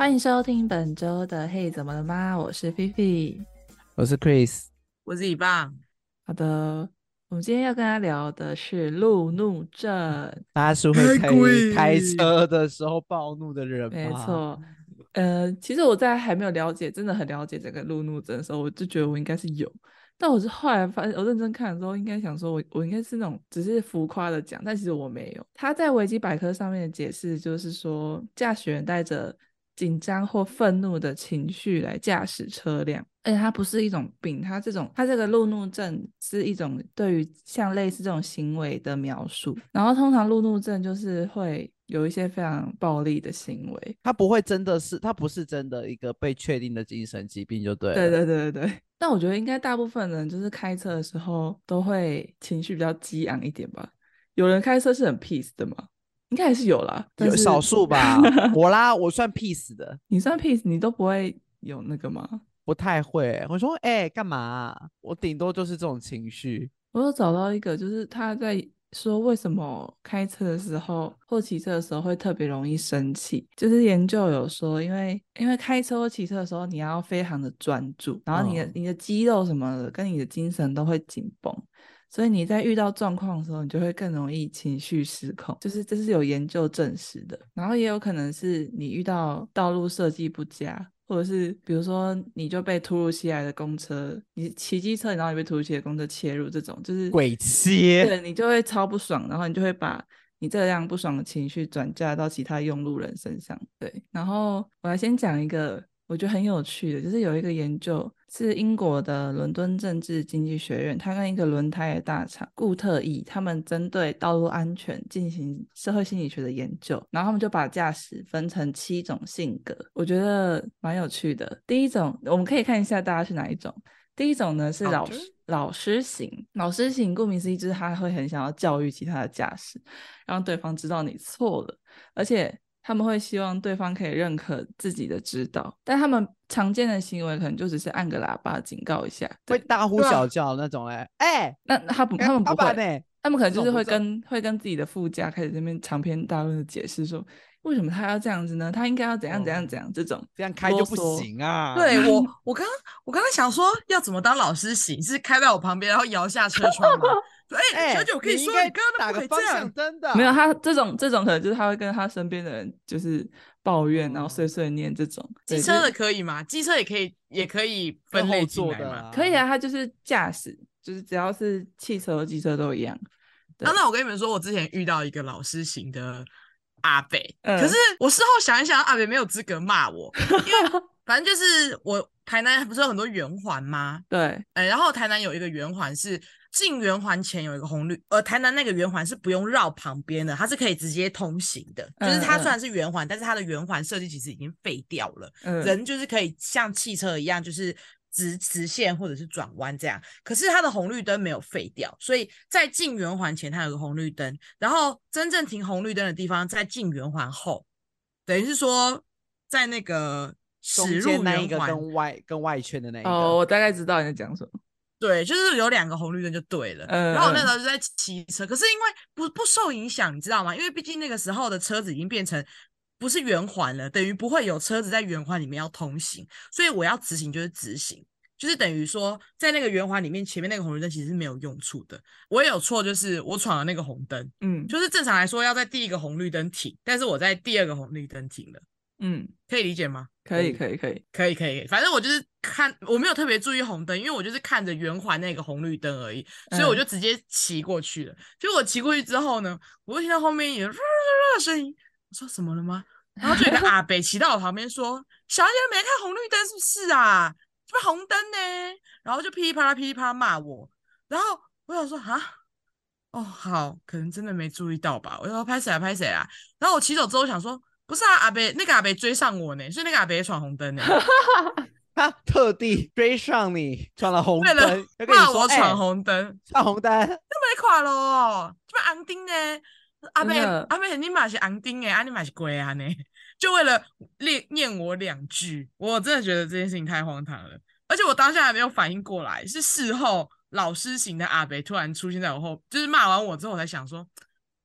欢迎收听本周的嘿怎么了吗？我是菲菲。 我是 Chris。 我是一棒。 好的，我们今天要跟他聊的是路怒症。 他是会开车的时候暴怒的人吗？ 没错，其实我在还没有了解，真的很了解这个路怒症的时候，我就觉得我应该是有，但我是后来发现，我认真看的时候，应该想说我应该是那种只是浮夸的讲，但其实我没有。他在维基百科上面的解释就是说，驾驶员带着紧张或愤怒的情绪来驾驶车辆，而且它不是一种病，它这个路怒症是一种对于像类似这种行为的描述，然后通常路怒症就是会有一些非常暴力的行为。 他不是真的一个被确定的精神疾病就对了。 对对对对对，但我觉得应该大部分人就是开车的时候都会情绪比较激昂一点吧。有人开车是很 peace 的吗？应该还是有啦，但有少是数吧。我算 peace 的。 你算 peace，你都不会有那个吗？ 不太会。我说干嘛啊，我顶多就是这种情绪。 我有找到一个，就是他在说为什么开车的时候或骑车的时候会特别容易生气。就是研究有说，因为开车或骑车的时候你要非常的专注，然后你的肌肉什么的跟你的精神都会紧绷，所以你在遇到状况的时候，你就会更容易情绪失控，就是这是有研究证实的。然后也有可能是你遇到道路设计不佳，或者是比如说你就被突如其来的公车，你骑机车，然后你被突如其来的公车切入，这种就是鬼切。 对你就会超不爽，然后你就会把你这样不爽的情绪转嫁到其他用路人身上。对，然后我来先讲一个我觉得很有趣的，就是有一个研究是英国的伦敦政治经济学院，他跟一个轮胎的大厂固特异，他们针对道路安全进行社会心理学的研究，然后他们就把驾驶分成7种性格，我觉得蛮有趣的。第一种，我们可以看一下大家是哪一种。第一种呢是好的。 老师型，老师型顾名思义就是他会很想要教育其他的驾驶，让对方知道你错了，而且他们会希望对方可以认可自己的指导，但他们常见的行为可能就只是按个喇叭警告一下。 会对， 大呼小叫那种。 那他们不会， 老板呢？ 他们可能就是会这种不这跟自己的副驾开始这边长篇大论的解释说，为什么他要这样子呢？他应该要怎样怎样哦， 怎样，这种这样开就不啰嗦。 行啊。 对我刚刚想说要怎么当老师行，是开在我旁边，然后摇下车窗吗？说小姐，我可以说你你应该刚刚那不打个方可以这样。 向灯的没有， 啊。 他这种可能就是他会跟他身边的人就是抱怨，然后碎嗯， 碎念这种。对，就机车的是可以吗？机车也可以跟后分类进座的来吗？ 可以啊， 啊。 他就是驾驶，就是只要是汽车和机车都一样。 啊， 对， 那我跟你们说，我之前遇到一个老师型的阿北，可是嗯， 我事后想一想，阿北没有资格骂我，因为反正就是我台南不是有很多圆环吗？ 对， 然后台南有一个圆环是进圆环前有一个红绿，台南那个圆环是不用绕旁边的，它是可以直接通行的。就是它虽嗯嗯然是圆环，但是它的圆环设计其实已经废掉了， 嗯， 人就是可以像汽车一样，就是直线或者是转弯这样。可是它的红绿灯没有废掉，所以在进圆环前它有个红绿灯，然后真正停红绿灯的地方在进圆环后，等于是说在那个中驶入间那一个圆环。 跟外圈的那一哦， 个。 我大概知道你在讲什么。 对，就是有2个红绿灯就对了。然后我那时嗯嗯候就在骑车，可是因为不受影响，你知道吗？因为毕竟那个时候的车子已经变成不是圆环了，等于不会有车子在圆环里面要通行，所以我要直行就是直行，就是等于说在那个圆环里面，前面那个红绿灯其实是没有用处的。我也有错，就是我闯了那个红灯， 嗯就是正常来说要在第1个红绿灯停，但是我在第2个红绿灯停了， 嗯， 可以理解吗？ 可以可以可以。 可以，反正我就是看，我没有特别注意红灯，因为我就是看着圆环那个红绿灯而已，所以我就嗯， 直接骑过去了。结果我骑过去之后呢，我就听到后面有的声音，我说什么了吗？然后就有一个阿北骑到我旁边说：“小姐没看红绿灯是不是啊？这边红灯呢？”然后就噼里啪啦噼里啪啦骂我。然后我想说啊，哦好，可能真的没注意到吧。我说拍谁啊拍谁啊。然后我骑走之后想说，不是啊，那个阿北追上我呢，所以那个阿北也闯红灯呢。 他特地追上你，闯了红为了灯，要跟你说， 骂我闯红灯， 闯红灯。 那没垮咯，这边红灯呢？阿妹真的， 阿妹，你嘛是红灯诶，你嘛是龟啊呢？就为了念我2句，我真的觉得这件事情太荒唐了。而且我当下还没有反应过来，是事后老师型的阿北突然出现在我后，就是骂完我之后，我才想说，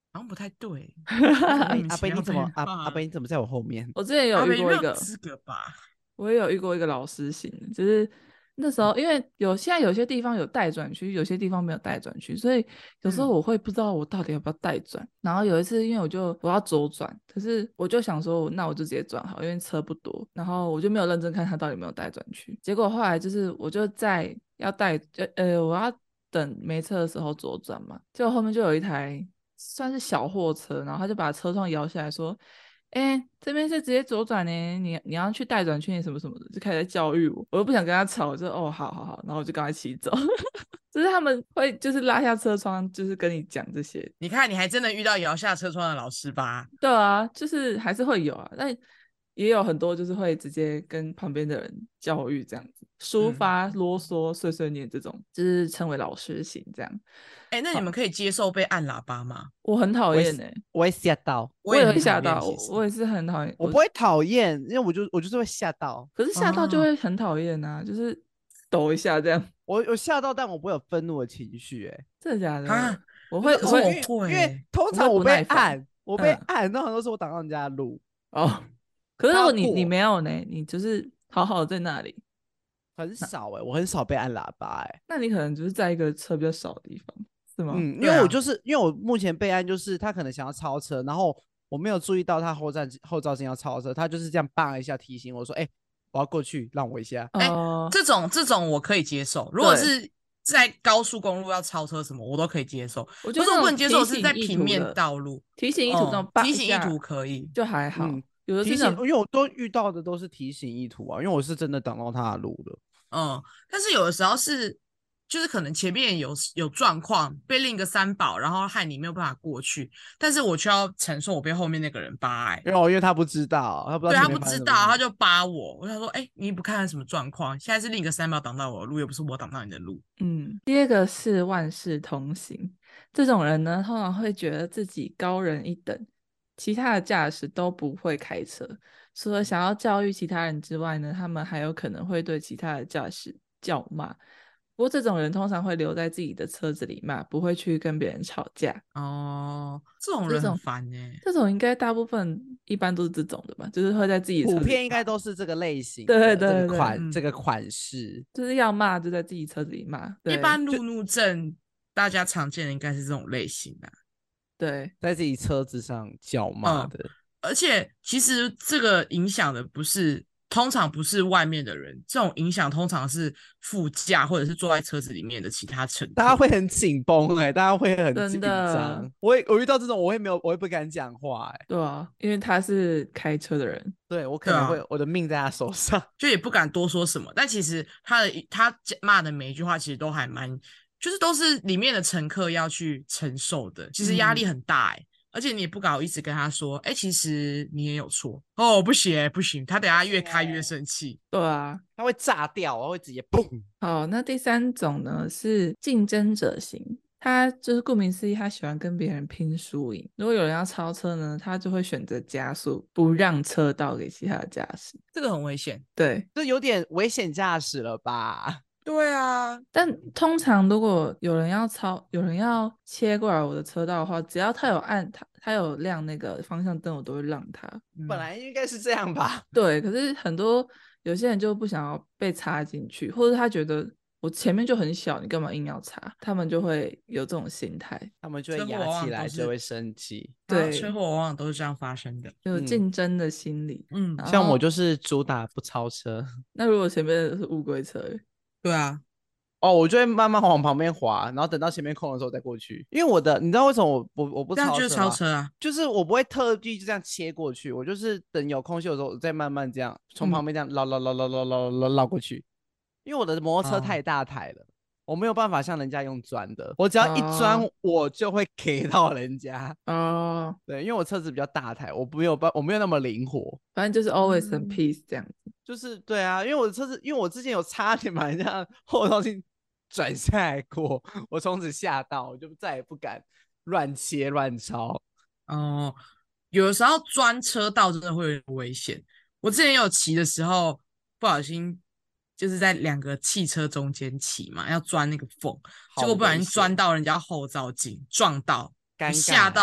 好像不太对。 阿贝你怎么阿贝贝你怎么在我后面？ 我之前有阿贝没有遇过一个， 资格吧？ 我也有遇过一个老师型的，就是那时候因为现在有些地方有待转区，有些地方没有待转区，所以有时候我会不知道我到底要不要待转。然后有一次因为我要左转，可是我就想说那我就直接转好，因为车不多，然后我就没有认真看他到底有没有待转区。结果后来就是我就在要我要等没车的时候左转嘛，结果后面就有一台算是小货车，然后他就把车窗摇下来说，这边是直接左转呢，你要去待转区什么什么的，就开始在教育我。我又不想跟他吵，我就好好好，然后我就赶快骑走。就是他们会就是拉下车窗，就是跟你讲这些。 你看，你还真的遇到摇下车窗的老师吧？ 对啊，就是还是会有啊，但也有很多就是会直接跟旁边的人教育这样子，抒发啰嗦碎碎念这种，就是称为老师型这样。 那你们可以接受被按喇叭吗？ 我很讨厌我会吓到， 我也很会吓到， 其实我也是很讨厌。 我不会讨厌，因为我就是会吓到。 可是吓到就会很讨厌啊，就是抖一下这样。 我吓到，但我不会有愤怒的情绪。 真的假的？ 啊， 我会， 因为通常我被按，通常都是我挡到人家的路。 哦，可是如果你没有呢，你就是好好在那里。 很少我很少被按喇叭那你可能就是在一个车比较少的地方，是吗？ 因为因为我目前被按就是他可能想要超车，然后我没有注意到他后照镜要超车，他就是这样棒一下提醒我说，我要过去，让我一下。 这种我可以接受，如果是在高速公路要超车什么，我都可以接受。 我觉得我不能接受是在平面道路提醒意图那种提醒意图可以， 就还好。有的提醒，因为我都遇到的都是提醒意图啊，因为我是真的挡到他的路了。 但是有的时候就是可能前面有状况，被另一个三宝，然后害你没有办法过去，但是我却要承受我被后面那个人扒。 因为他不知道，他不知道， 对，他不知道，他就扒我。我想说，你不看看什么状况？现在是另一个三宝挡到我的路，又不是我挡到你的路。 第二个是万事通行，这种人呢，通常会觉得自己高人一等，其他的驾驶都不会开车。除了想要教育其他人之外呢，他们还有可能会对其他的驾驶叫骂。不过这种人通常会留在自己的车子里骂，不会去跟别人吵架。 这种人很烦这种应该大部分一般都是这种的吧，就是会在自己的车子里骂， 普遍应该都是这个类型。 对， 这个款式就是要骂就在自己车子里骂。 一般路怒症大家常见的应该是这种类型的。 对， 在自己车子上叫骂的。 而且其实这个影响的通常不是外面的人，这种影响通常是副驾或者是坐在车子里面的其他乘客。 大家会很紧绷大家会很紧张。我遇到这种我会不敢讲话对啊，因为他是开车的人， 对，我可能会我的命在他手上， 就也不敢多说什么。但其实他骂的每一句话其实都还就是都是里面的乘客要去承受的，其实压力很大而且你也不好意思跟他说，其实你也有错不行，他等下越开越生气。 对啊， 他会炸掉，会直接砰。 好，那第三种呢是竞争者型，他就是顾名思义，他喜欢跟别人拼输赢。如果有人要超车呢，他就会选择加速，不让车道给其他的驾驶。 这个很危险， 对， 这有点危险驾驶了吧？ 对啊， 但通常如果有人要切过来我的车道的话，只要他有亮那个方向灯，我都会让他。 本来应该是这样吧？ 对，可是有些人就不想要被插进去，或者他觉得我前面就很小，你干嘛硬要插？他们就会有这种心态， 他们就会压起来，就会生气。 对，车祸往往都是这样发生的， 有竞争的心理。 像我就是主打不超车。 那如果前面是乌龟车？ 对啊， 我就会慢慢往旁边滑，然后等到前面空的时候再过去。因为你知道为什么我不超车吗？这样就是超车啊， 就是我不会特地就这样切过去，我就是等有空隙的时候再慢慢这样从旁边这样绕过去。因为我的摩托车太大台了，我没有办法像人家用钻的，我只要一钻我就会 K 到人家。对，因为我车子比较大台，我没有那么灵活， 反正就是 always in peace 这样子。 就是对啊，因为我的车子，因为我之前有差点把人家后照镜转下来过，我从此吓到，我就再也不敢乱切乱超。 有的时候钻车道真的会有点危险。我之前有骑的时候，不小心就是在两个汽车中间骑嘛，要钻那个缝，结果不小心钻到人家后照镜，撞到，吓到，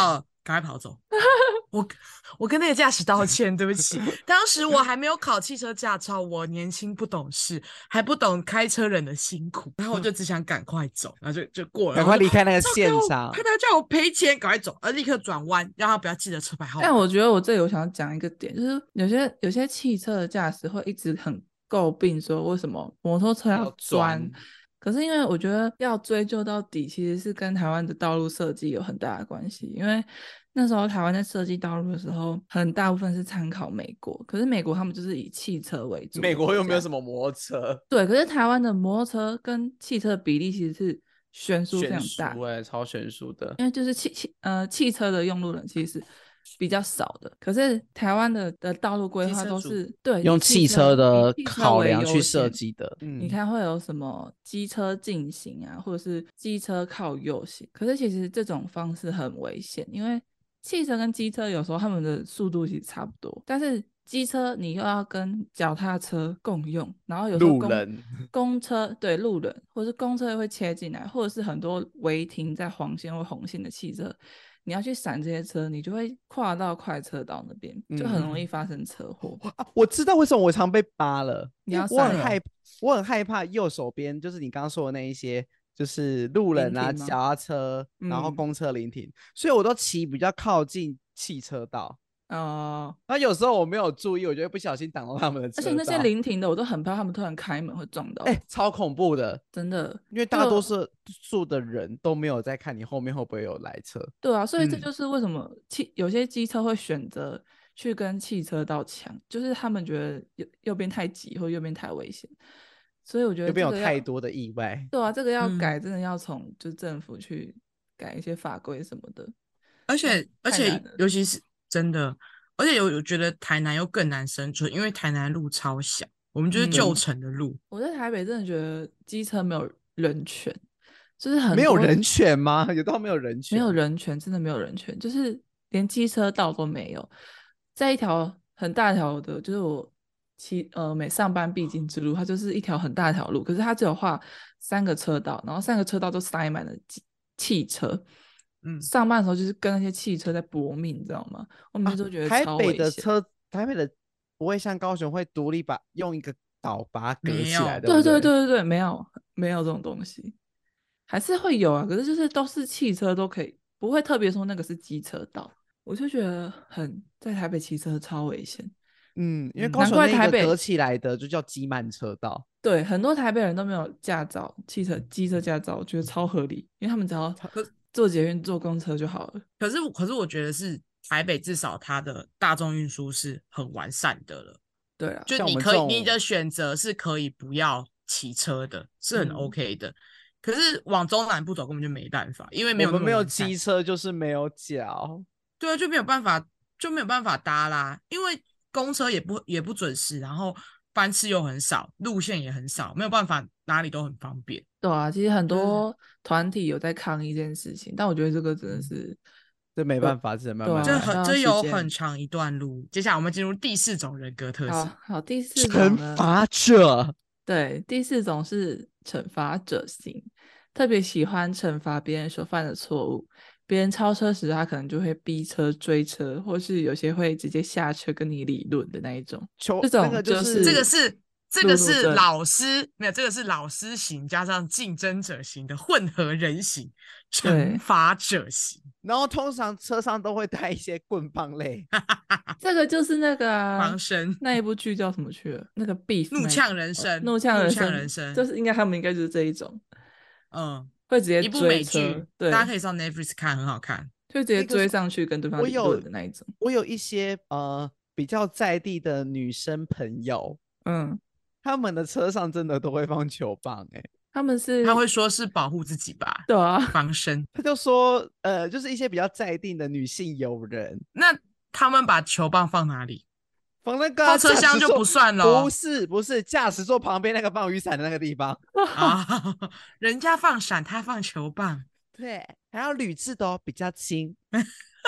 赶快跑走。我跟那个驾驶道歉，对不起，当时我还没有考汽车驾照，我年轻不懂事，还不懂开车人的辛苦，然后我就只想赶快走，然后就过了， 赶快离开那个糟糕现场他叫我赔钱，赶快走，立刻转弯，让他不要记得车牌号码。 但我觉得我这里我想要讲一个点，就是有些汽车的驾驶会一直很诟病说为什么摩托车要钻，可是因为我觉得要追究到底，其实是跟台湾的道路设计有很大的关系。因为那时候台湾在设计道路的时候，很大部分是参考美国，可是美国他们就是以汽车为主， 美国又没有什么摩托车， 对，可是台湾的摩托车跟汽车的比例其实是悬殊非常大， 超悬殊的。 因为就是汽车的用路人其实是比较少的，可是台湾的道路规划都是对用汽车的以汽车考为优量去设先计的。 你看会有什么机车禁行啊，或者是机车靠右行，可是其实这种方式很危险，因为汽车跟机车有时候他们的速度其实差不多，但是机车你又要跟脚踏车共用，然后有时候公车对路人或者是公车会切进来，或者是很多违停在黄线或红线的汽车，你要去闪这些车，你就会跨到快车道那边，就很容易发生车祸。 我知道为什么我常被扒了， 你要我很害怕右手边就是你刚刚说的那一些，就是路人啊、脚踏车，然后公车临停，所以我都骑比较靠近汽车道。然后有时候我没有注意，我就会不小心挡到他们的车道。 而且那些临停的，我都很怕他们突然开门会撞到。 超恐怖的， 真的， 因为大多数的人都没有在看你后面会不会有来车。 对啊，所以这就是为什么有些机车会选择去跟汽车道抢，就是他们觉得右边太挤或右边太危险，所以我觉得右边有太多的意外。 对啊，这个要改，真的要从就是政府去改一些法规什么的。 而且尤其是真的，而且我觉得台南又更难生存，因为台南路超小，我们就是旧城的路。 我在台北真的觉得机车没有人权，就是很多没有人权吗？有到没有人权？ 没有人权，真的没有人权，就是连机车道都没有。在一条很大条的，就是我每上班必经之路，它就是一条很大条路，可是它只有画3个车道，然后3个车道都塞满了汽车。上班的时候就是跟那些汽车在搏命，你知道吗？我们就觉得超危险。 台北的不会像高雄会独立用一个岛把它隔起来的。 对，没有这种东西，还是会有啊，可是就是都是汽车都可以，不会特别说那个是机车道。我就觉得在台北骑车超危险。 因为高雄那个隔起来的就叫机慢车道。 对，很多台北人都没有驾照，机车驾照，我觉得超合理，因为他们只要坐捷运坐公车就好了。 可是我觉得是台北至少它的大众运输是很完善的了。 对啊， 就你的选择是可以不要骑车的，是很 OK 的。可是往中南部走根本就没办法，因为我们没有机车就是没有脚。 对啊，就没有办法搭啦，因为公车也不准时，然后班次又很少，路线也很少，没有办法哪里都很方便。 对啊，其实很多团体有在抗议这件事情，但我觉得这个真的是这没办法，只能慢慢这有很长一段路。接下来我们进入第4种人格特质。 好，第4种呢， 惩罚者。 对，第4种是惩罚者型，特别喜欢惩罚别人所犯的错误。别人超车时，他可能就会逼车、追车，或是有些会直接下车跟你理论的那一种。这种就是这个是老师，没有，这个是老师型加上竞争者型的混合人型，惩罚者型。 然后通常车上都会带一些棍棒类。 这个就是那个防身那一部剧叫什么去了？那个 Beef 怒呛人生， 怒呛人生，就是他们应该就是这一种。会直接一部美剧， 对， 大家可以上 Netflix 看，很好看。 就直接追上去跟对方理论的那一种。 我有一些比较在地的女生朋友，他们的车上真的都会放球棒。 他会说是保护自己吧？ 对啊， 防身。 他就说就是一些比较在地的女性友人。 那他们把球棒放哪里？ 放那个放车厢就不算了。 不是驾驶座旁边那个放雨伞的那个地方啊。人家放伞，他放球棒。 对，还要铝制的比较轻。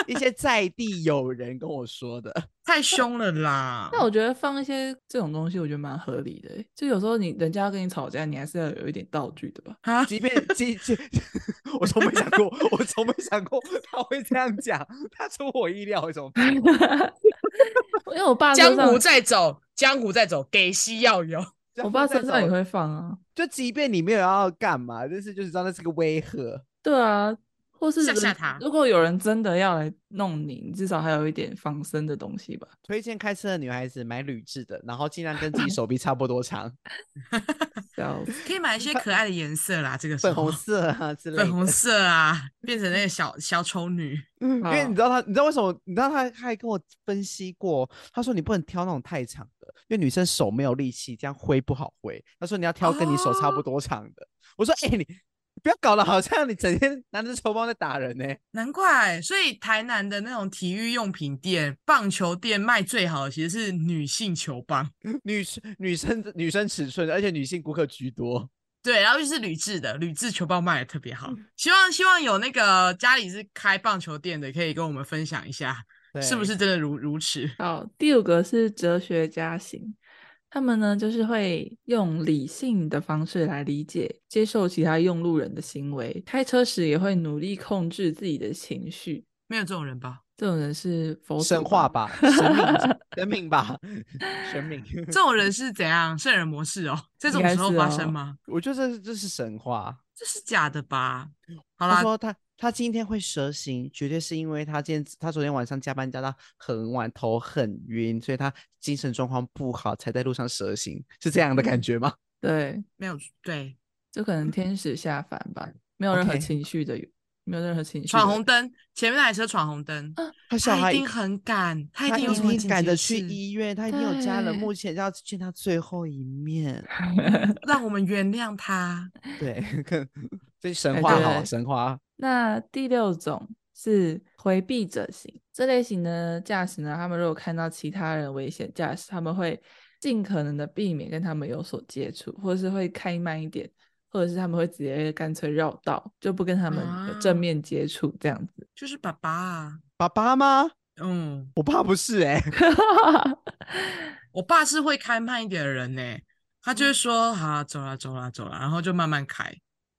一些在地友人跟我说的。 太凶了啦！ 那我觉得放一些这种东西，我觉得蛮合理的就有时候人家要跟你吵架，你还是要有一点道具的吧。 啊， 即便我从没想过，我从没想过他会这样讲，他出我意料，怎么办？ 因为我爸江湖车上， 在走，江湖在走，给息要有。 我爸车上也会放啊。 就即便你没有要干嘛，但是就是知道那是个威吓。 对啊，或是吓他如果有人真的要来弄你，你至少还有一点防身的东西吧。 推荐开车的女孩子买铝制的，然后尽量跟自己手臂差不多长， 笑死可以买一些可爱的颜色啦，这个时候粉红色啊之类的。 粉红色啊，变成那个小丑女。 因为你知道你知道为什么？你知道他还跟我分析过，他说你不能挑那种太长的，因为女生手没有力气，这样挥不好挥。他说你要挑跟你手差不多长的。我说你不要搞得好像你整天拿着球棒在打人呢。 难怪，所以台南的那种体育用品店、棒球店卖最好的其实是女性球棒， 女生尺寸，而且女性顾客居多。 对，然后就是铝制的，铝制球棒卖的特别好。希望有那个家里是开棒球店的，可以跟我们分享一下，是不是真的如此？ 好，第5个是哲学家型，他们呢就是会用理性的方式来理解、接受其他用路人的行为，开车时也会努力控制自己的情绪。 没有这种人吧？ 这种人是佛祖神话吧，神明吧，神明。 这种人是怎样圣人模式哦？这种时候发生吗？ 我觉得这是神话， 这是假的吧？好他啦， 说他今天会蛇行，绝对是因为他昨天晚上加班加到很晚，头很晕，所以他精神状况不好，才在路上蛇行，是这样的感觉吗？ 对， 没有对， 就可能天使下凡吧，没有任何情绪的，没有任何情绪的。 闯红灯，前面那台车闯红灯，他一定很赶，他一定有什么紧急赶着去的事， 医院，他一定有家人，目前要见他最后一面， 让我们原谅他。 对，这神话好，神话。 那第6种是回避者型，这类型的驾驶呢，他们如果看到其他人危险驾驶，他们会尽可能的避免跟他们有所接触，或者是会开慢一点，或者是他们会直接干脆绕道，就不跟他们有正面接触这样子。 就是爸爸啊， 爸爸吗？ 嗯， 我爸不是我爸是会开慢一点的人呢，他就会说好，走啦走啦走啦，然后就慢慢开。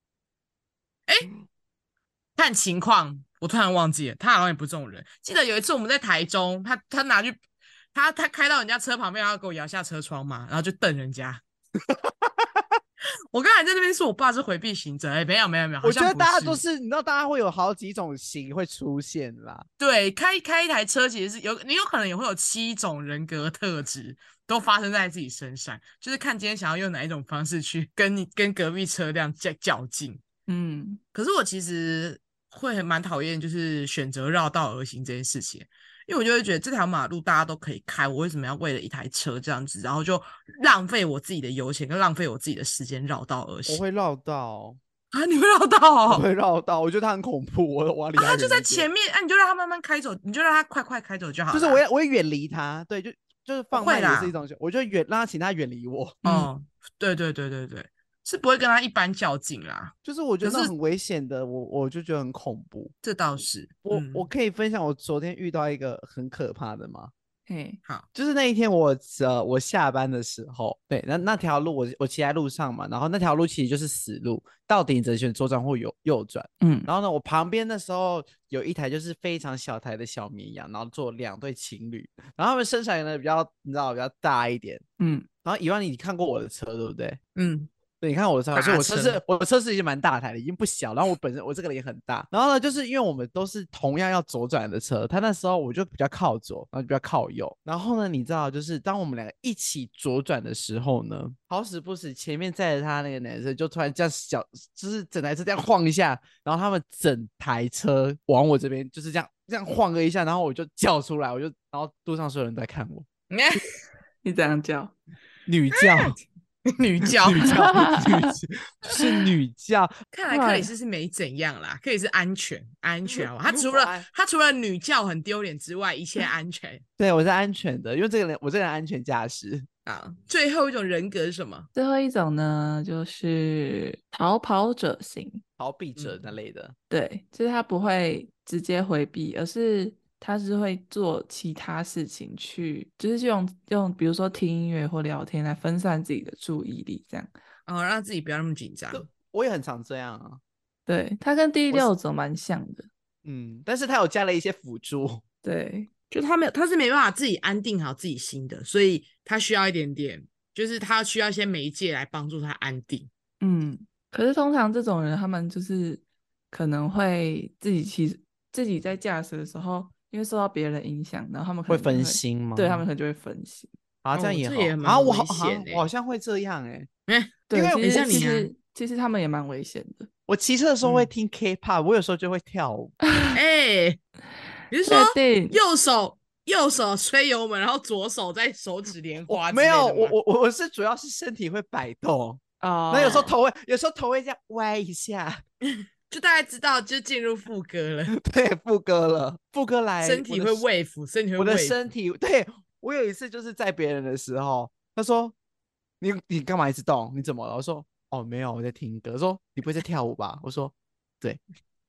看情况，我突然忘记了，他好像也不是这种人。记得有一次我们在台中，他拿去他开到人家车旁边，然后给我摇下车窗嘛，然后就瞪人家。我刚才在那边说我爸是回避型者，没有， 我觉得大家都是，你知道，大家会有好几种型会出现啦。 对，开一台车其实是你有可能也会有7种人格特质都发生在自己身上，就是看今天想要用哪一种方式去跟隔壁车辆较劲。可是我其实会蛮讨厌就是选择绕道而行这件事情，因为我就会觉得这条马路大家都可以开，我为什么要为了一台车这样子，然后就浪费我自己的油钱跟浪费我自己的时间绕道而行？ 我会绕道啊，你会绕道哦？ 我会绕道，我觉得他很恐怖，我要离他远一点。 他就在前面，你就让他慢慢开走，你就让他快开走就好了。 就是我会远离他，对，就是放慢也是一种，我就让他请他远离我。 对，是不会跟他一般较劲啦。 就是我觉得那很危险的，我就觉得很恐怖。 这倒是， 我可以分享我昨天遇到一个很可怕的吗？ 好， 就是那一天我下班的时候，对，那条路我骑在路上嘛，然后那条路其实就是死路，到底你只能选左转或右转。然后呢，我旁边那时候有一台就是非常小台的小绵羊，然后坐2对情侣，然后他们身材呢比较你知道比较大一点。然后以往你看过我的车对不对？对，你看我的车，所以我的车是已经蛮大台的，已经不小。然后我这个人也很大。然后呢，就是因为我们都是同样要左转的车，他那时候我就比较靠左，然后就比较靠右。然后呢，你知道，就是当我们2个一起左转的时候呢，好死不死，前面载着他那个男生就突然这样就是整台车这样晃一下，然后他们整台车往我这边就是这样晃了一下，然后我就叫出来，然后路上所有人都在看我。 你怎样叫？ 女叫。 女教就是女教。 看来克里斯是没怎样啦，克里斯安全好吧？他除了女教很丢脸之外，一切安全。 对，我是安全的，因为我这个人安全驾驶。 最后一种人格是什么？ 最后一种呢，就是逃跑者型， 逃避者那类的。 对，就是他不会直接回避，而是他是会做其他事情去，就是用比如说听音乐或聊天来分散自己的注意力，这样。 让自己不要那么紧张。 我也很常这样啊。 对，他跟第我是六种蛮像的。 但是他有加了一些辅助。 对， 就他是没办法自己安定好自己心的，所以他需要一点点，就是他需要一些媒介来帮助他安定。 可是通常这种人，他们就是可能会自己在驾驶的时候，因为受到别人的影响，然后他们可能会分心吗？ 对，他们可能就会分心。 啊，这样也好这也蛮危险我好像会这样对， 因为其实他们也蛮危险的。 我骑车的时候会听 K-pop，我有时候就会跳舞。 你是说确定右手吹油门，然后左手在手指莲花之没有， 类的吗？ 我是主要是身体会摆动，那有时候头会这样歪一下， 就大概知道就进入副歌了。 对，副歌了，副歌来， 身体会wave，身体会 wave。 我的身体，对，我有一次就是在别人的时候，他说你干嘛一直动？你怎么了？我说哦没有，我在听歌。说你不会在跳舞吧？我说对。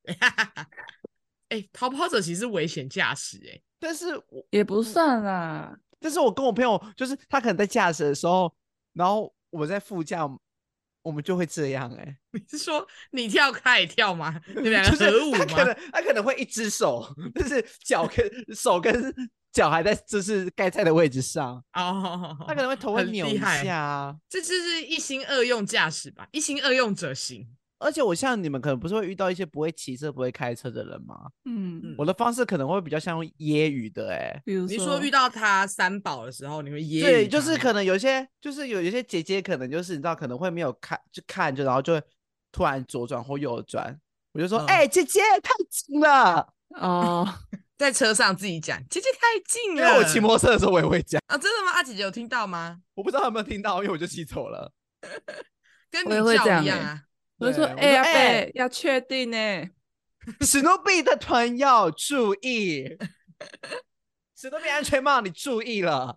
逃跑者其实是危险驾驶但是也不算啦。 但是我跟我朋友就是他可能在驾驶的时候，然后我在副驾，我们就会这样你是说你跳他也跳吗？你们两个就是合舞吗？ 他可能会一只手，但是手跟脚还在就是该在的位置上他可能会头会扭一下这就是一心二用驾驶吧，一心二用者型。 而且我像你们可能不是会遇到一些不会骑车不会开车的人吗？我的方式可能会比较像揶揄的比如你说遇到他三宝的时候你会揶揄对，就是可能有些姐姐可能就是你知道可能会没有看然后就会突然左转或右转，我就说姐姐太近了在车上自己讲姐姐太近了， 因为我骑摩托车的时候我也会讲真的吗？姐姐有听到吗？ 我不知道有没有听到，因为我就骑走了。 跟你叫一样我就说阿伯要确定史努比的团友注意史努比安全帽你注意了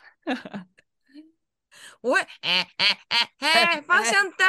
我会方向灯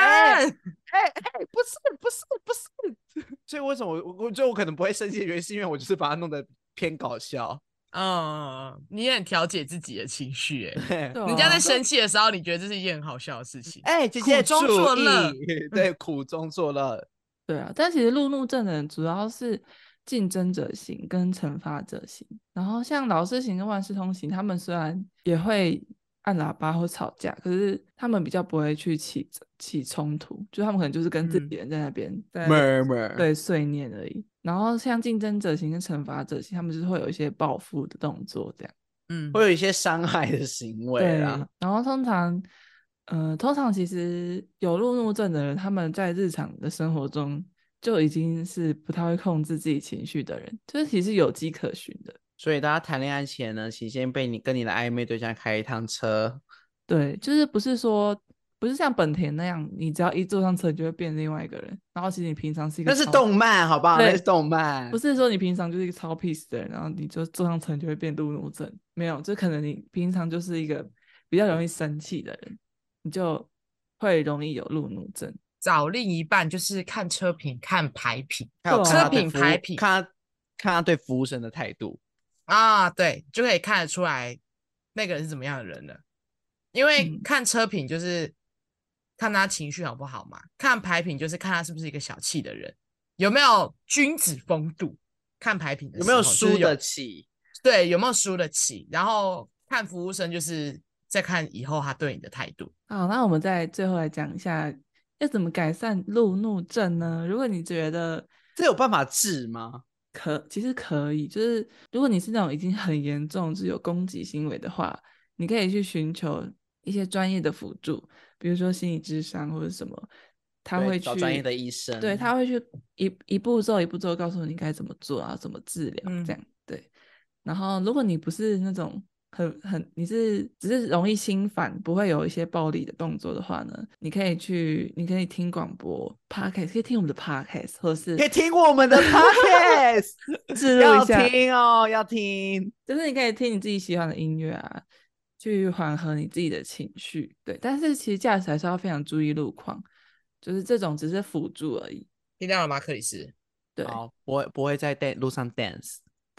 不是所以为什么我可能不会生气的原因是因为我就是把它弄得偏搞笑。 你也很调节自己的情绪人家在生气的时候你觉得这是一件很好笑的事情姐姐苦中作乐对，苦中作乐。 对啊，但其实路怒症的人主要是竞争者型跟惩罚者型，然后像老师型跟万事通型，他们虽然也会按喇叭或吵架，可是他们比较不会去起冲突，就他们可能就是跟自己人在那边对碎念而已。然后像竞争者型跟惩罚者型，他们就是会有一些报复的动作，这样， 会有一些伤害的行为啦。 然后通常其实有路怒症的人，他们在日常的生活中就已经是不太会控制自己情绪的人，就是其实有迹可循的。 所以大家谈恋爱前呢，请先跟你的暧昧对象开一趟车。 对，就是不是像本田那样，你只要一坐上车，你就会变另外一个人。然后其实你平常是一个那是动漫，好不好？那是动漫， 不是说你平常就是一个超 peace 的人，然后你就坐上车就会变路怒症。没有，就可能你平常就是一个比较容易生气的人，你就会容易有路怒症。 找另一半就是看车品、看牌品， 还有车品、牌品， 看他对服务生的态度对，就可以看得出来那个人是怎么样的人了。因为看车品就是看他情绪好不好嘛，看牌品就是看他是不是一个小气的人，有没有君子风度。看牌品的时候有没有输得起， 对，有没有输得起。然后看服务生就是在看以后他对你的态度。 好，那我们再最后来讲一下要怎么改善路怒症呢？如果你觉得这有办法治吗？ 其实可以，就是如果你是那种已经很严重就是有攻击行为的话，你可以去寻求一些专业的辅助，比如说心理咨商或者什么，他会去找专业的医生， 对，他会去一步骤一步骤告诉你该怎么做啊，怎么治疗这样。对，然后如果你不是那种你只是容易心烦，不会有一些暴力的动作的话呢，你可以听广播 podcast， 可以听我们的 podcast， 或是可以听我们的 podcast 要听哦，要听， 就是你可以听你自己喜欢的音乐啊，去缓和你自己的情绪。对，但是其实驾驶还是要非常注意路况，就是这种只是辅助而已。 听到了吗，克里斯？ 对， 好，不会在路上 dance。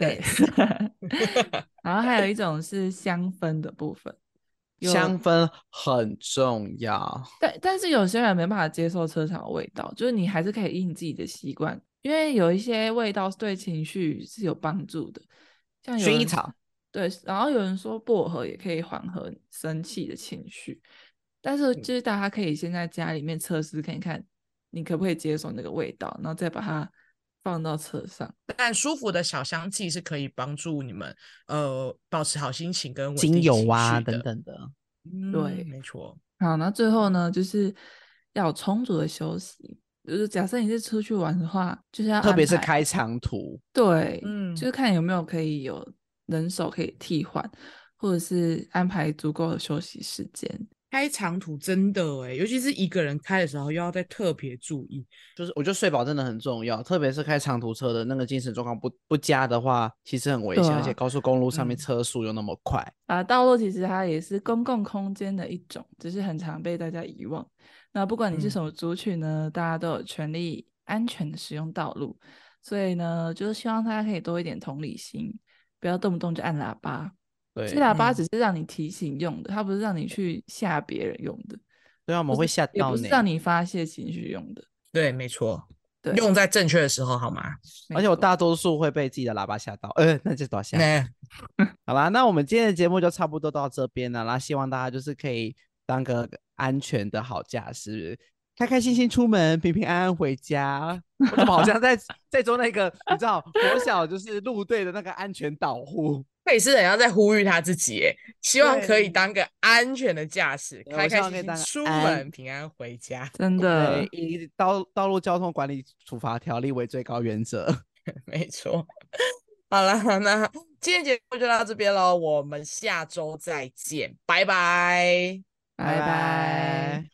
对，然后还有一种是香氛的部分， 香氛很重要。 但是有些人没办法接受车厂的味道，就是你还是可以依你自己的习惯，因为有一些味道是对情绪是有帮助的，像有人薰衣草， 对，然后有人说薄荷也可以缓和生气的情绪，但是就是大家可以先在家里面测试看看，你可不可以接受那个味道，然后再把它放到车上。 但舒服的小香气是可以帮助你们保持好心情跟稳精定情油啊绪的。 等等的。 对， 没错。 好，那最后呢，就是要有充足的休息。就是假设你是出去玩的话，就是要特别是安排， 开长途， 对，就嗯， 是看有没有可以有人手可以替换，或者是安排足够的休息时间。 开长途真的尤其是一个人开的时候，又要再特别注意。 就是我觉得睡饱真的很重要，特别是开长途车的那个精神状况不佳的话，其实很危险，而且对啊， 高速公路上面嗯车速又那么快。 道路其实它也是公共空间的一种，只是很常被大家遗忘。那不管你是什么族群呢，大家都有权利安全的使用道路，所以呢，就是希望大家可以多一点同理心，不要动不动就按喇叭。其实对喇叭只是让你提醒用的，它不是让你去吓别人用的， 对啊，我们会吓也不是到呢。 让你发泄情绪用的。 对，没错， 对， 用在正确的时候好吗？ 而且我没错。 大多数会被自己的喇叭吓到，那就多少下。 那好啦，那我们今天的节目就差不多到这边了，那希望大家就是可以当个安全的好驾驶，开开心心出门，平平安安回家。我怎么好像在做那个你知道国小就是陆队的那个安全导护？ 佩斯人要在呼吁他自己，希望可以对， 当个安全的驾驶， 我希开开心望可以当个心出安门，平安回家。 真对， 的， 以道路交通管理处罚条例为最高原则。 没错。好了，那今天节目就到这边喽，我们下周再见，拜拜。 拜拜拜。 拜。